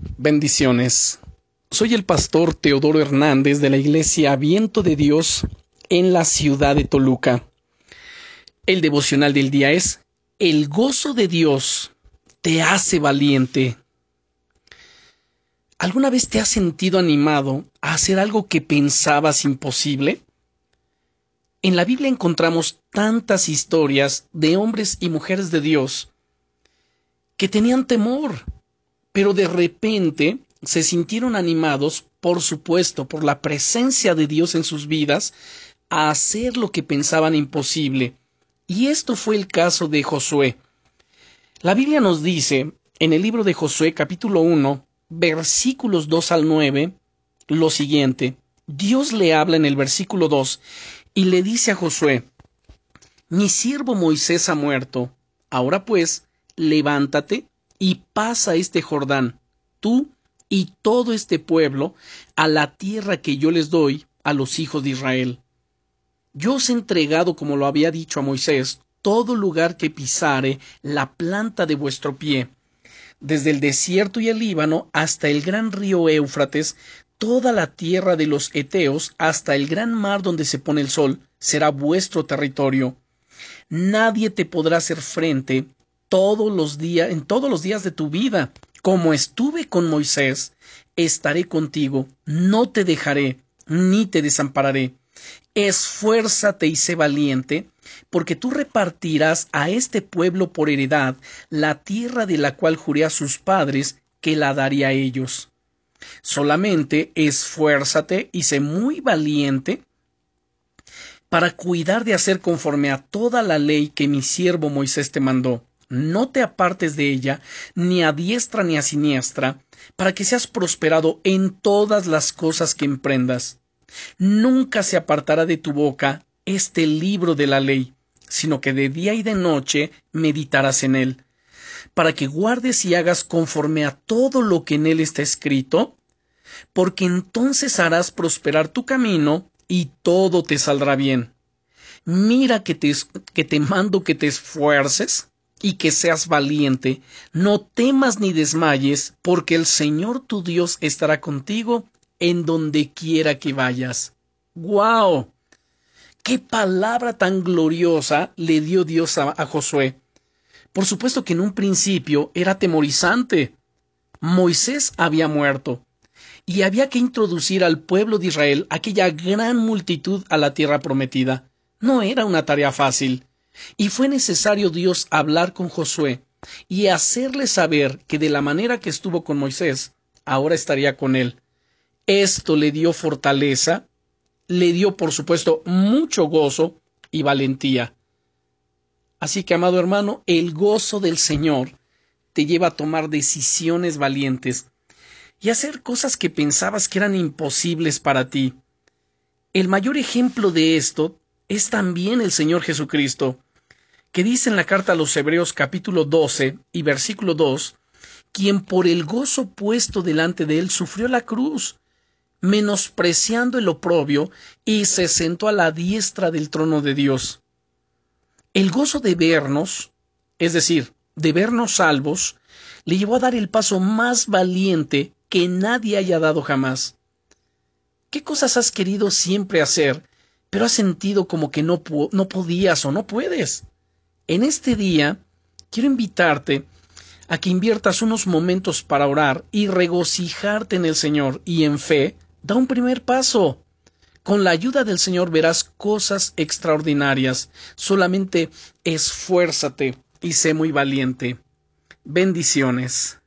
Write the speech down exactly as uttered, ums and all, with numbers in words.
Bendiciones. Soy el pastor Teodoro Hernández de la Iglesia Viento de Dios en la ciudad de Toluca. El devocional del día es: el gozo de Dios te hace valiente. ¿Alguna vez te has sentido animado a hacer algo que pensabas imposible? En la Biblia encontramos tantas historias de hombres y mujeres de Dios que tenían temor, pero de repente se sintieron animados, por supuesto, por la presencia de Dios en sus vidas, a hacer lo que pensaban imposible. Y esto fue el caso de Josué. La Biblia nos dice, en el libro de Josué, capítulo uno, versículos dos al nueve, lo siguiente. Dios le habla en el versículo dos y le dice a Josué: Mi siervo Moisés ha muerto. Ahora pues, levántate y pasa este Jordán, tú y todo este pueblo, a la tierra que yo les doy a los hijos de Israel. Yo os he entregado, como lo había dicho a Moisés, todo lugar que pisare la planta de vuestro pie, desde el desierto y el Líbano hasta el gran río Éufrates, toda la tierra de los Eteos hasta el gran mar donde se pone el sol, será vuestro territorio. Nadie te podrá hacer frente todos los días, en todos los días de tu vida. Como estuve con Moisés, estaré contigo, no te dejaré, ni te desampararé. Esfuérzate y sé valiente, porque tú repartirás a este pueblo por heredad la tierra de la cual juré a sus padres que la daría a ellos. Solamente esfuérzate y sé muy valiente para cuidar de hacer conforme a toda la ley que mi siervo Moisés te mandó. No te apartes de ella, ni a diestra ni a siniestra, para que seas prosperado en todas las cosas que emprendas. Nunca se apartará de tu boca este libro de la ley, sino que de día y de noche meditarás en él, para que guardes y hagas conforme a todo lo que en él está escrito, porque entonces harás prosperar tu camino y todo te saldrá bien. Mira que te, que te mando que te esfuerces y que seas valiente. No temas ni desmayes, porque el Señor tu Dios estará contigo en donde quiera que vayas. ¡Guau! ¡Qué palabra tan gloriosa le dio Dios a, a Josué! Por supuesto que en un principio era atemorizante. Moisés había muerto y había que introducir al pueblo de Israel, aquella gran multitud, a la tierra prometida. No era una tarea fácil, y fue necesario Dios hablar con Josué y hacerle saber que de la manera que estuvo con Moisés, ahora estaría con él. Esto le dio fortaleza, le dio, por supuesto, mucho gozo y valentía. Así que, amado hermano, el gozo del Señor te lleva a tomar decisiones valientes y hacer cosas que pensabas que eran imposibles para ti. El mayor ejemplo de esto es también el Señor Jesucristo, que dice en la carta a los Hebreos capítulo doce y versículo dos, quien por el gozo puesto delante de él sufrió la cruz, menospreciando el oprobio, y se sentó a la diestra del trono de Dios. El gozo de vernos, es decir, de vernos salvos, le llevó a dar el paso más valiente que nadie haya dado jamás. ¿Qué cosas has querido siempre hacer, pero has sentido como que no, no podías o no puedes? En este día, quiero invitarte a que inviertas unos momentos para orar y regocijarte en el Señor, y en fe, da un primer paso. Con la ayuda del Señor verás cosas extraordinarias. Solamente esfuérzate y sé muy valiente. Bendiciones.